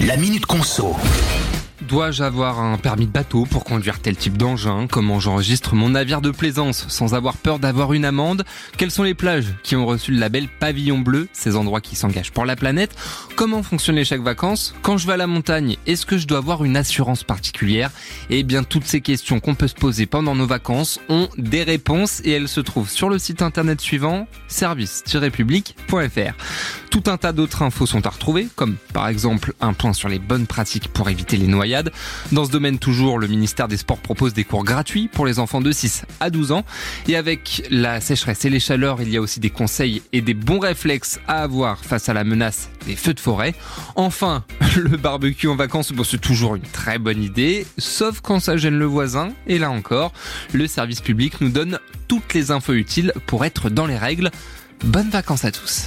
La Minute Conso. Dois-je avoir un permis de bateau pour conduire tel type d'engin? Comment j'enregistre mon navire de plaisance sans avoir peur d'avoir une amende? Quelles sont les plages qui ont reçu le label Pavillon Bleu, ces endroits qui s'engagent pour la planète? Comment fonctionne les chèques vacances? Quand je vais à la montagne, est-ce que je dois avoir une assurance particulière? Eh bien, toutes ces questions qu'on peut se poser pendant nos vacances ont des réponses et elles se trouvent sur le site internet suivant, service-public.fr. Tout un tas d'autres infos sont à retrouver, comme par exemple un point sur les bonnes pratiques pour éviter les noyades. Dans ce domaine toujours, le ministère des Sports propose des cours gratuits pour les enfants de 6 à 12 ans. Et avec la sécheresse et les chaleurs, il y a aussi des conseils et des bons réflexes à avoir face à la menace des feux de forêt. Enfin, le barbecue en vacances, c'est toujours une très bonne idée, sauf quand ça gêne le voisin. Et là encore, le service public nous donne toutes les infos utiles pour être dans les règles. Bonnes vacances à tous.